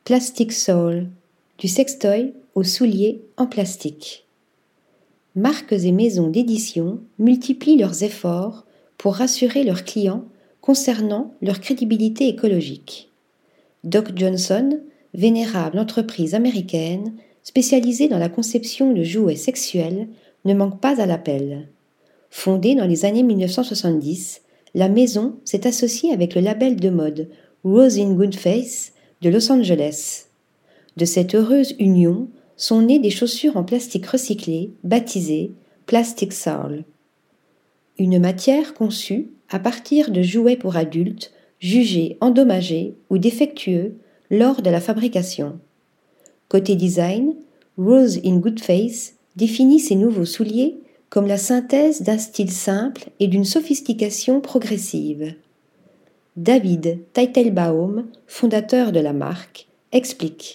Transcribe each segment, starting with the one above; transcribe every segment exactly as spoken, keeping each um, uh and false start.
Plastic Soul, du sextoy aux souliers en plastique. Marques et maisons d'édition multiplient leurs efforts pour rassurer leurs clients concernant leur crédibilité écologique. Doc Johnson, vénérable entreprise américaine spécialisée dans la conception de jouets sexuels, ne manque pas à l'appel. Fondée dans les années mille neuf cent soixante-dix, la maison s'est associée avec le label de mode Rose in Good Face de Los Angeles. De cette heureuse union sont nées des chaussures en plastique recyclé baptisées Plastic Soul. Une matière conçue à partir de jouets pour adultes jugés endommagés ou défectueux lors de la fabrication. Côté design, Rose in Good Face définit ses nouveaux souliers comme la synthèse d'un style simple et d'une sophistication progressive. David Teitelbaum, fondateur de la marque, explique :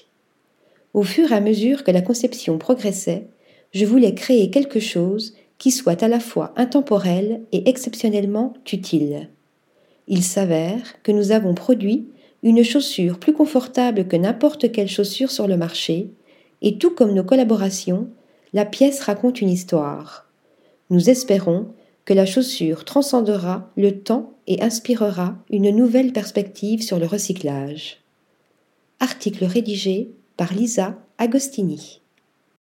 au fur et à mesure que la conception progressait, je voulais créer quelque chose qui soit à la fois intemporel et exceptionnellement utile. Il s'avère que nous avons produit une chaussure plus confortable que n'importe quelle chaussure sur le marché, et tout comme nos collaborations, la pièce raconte une histoire. Nous espérons que la chaussure transcendera le temps et inspirera une nouvelle perspective sur le recyclage. Article rédigé par Lisa Agostini.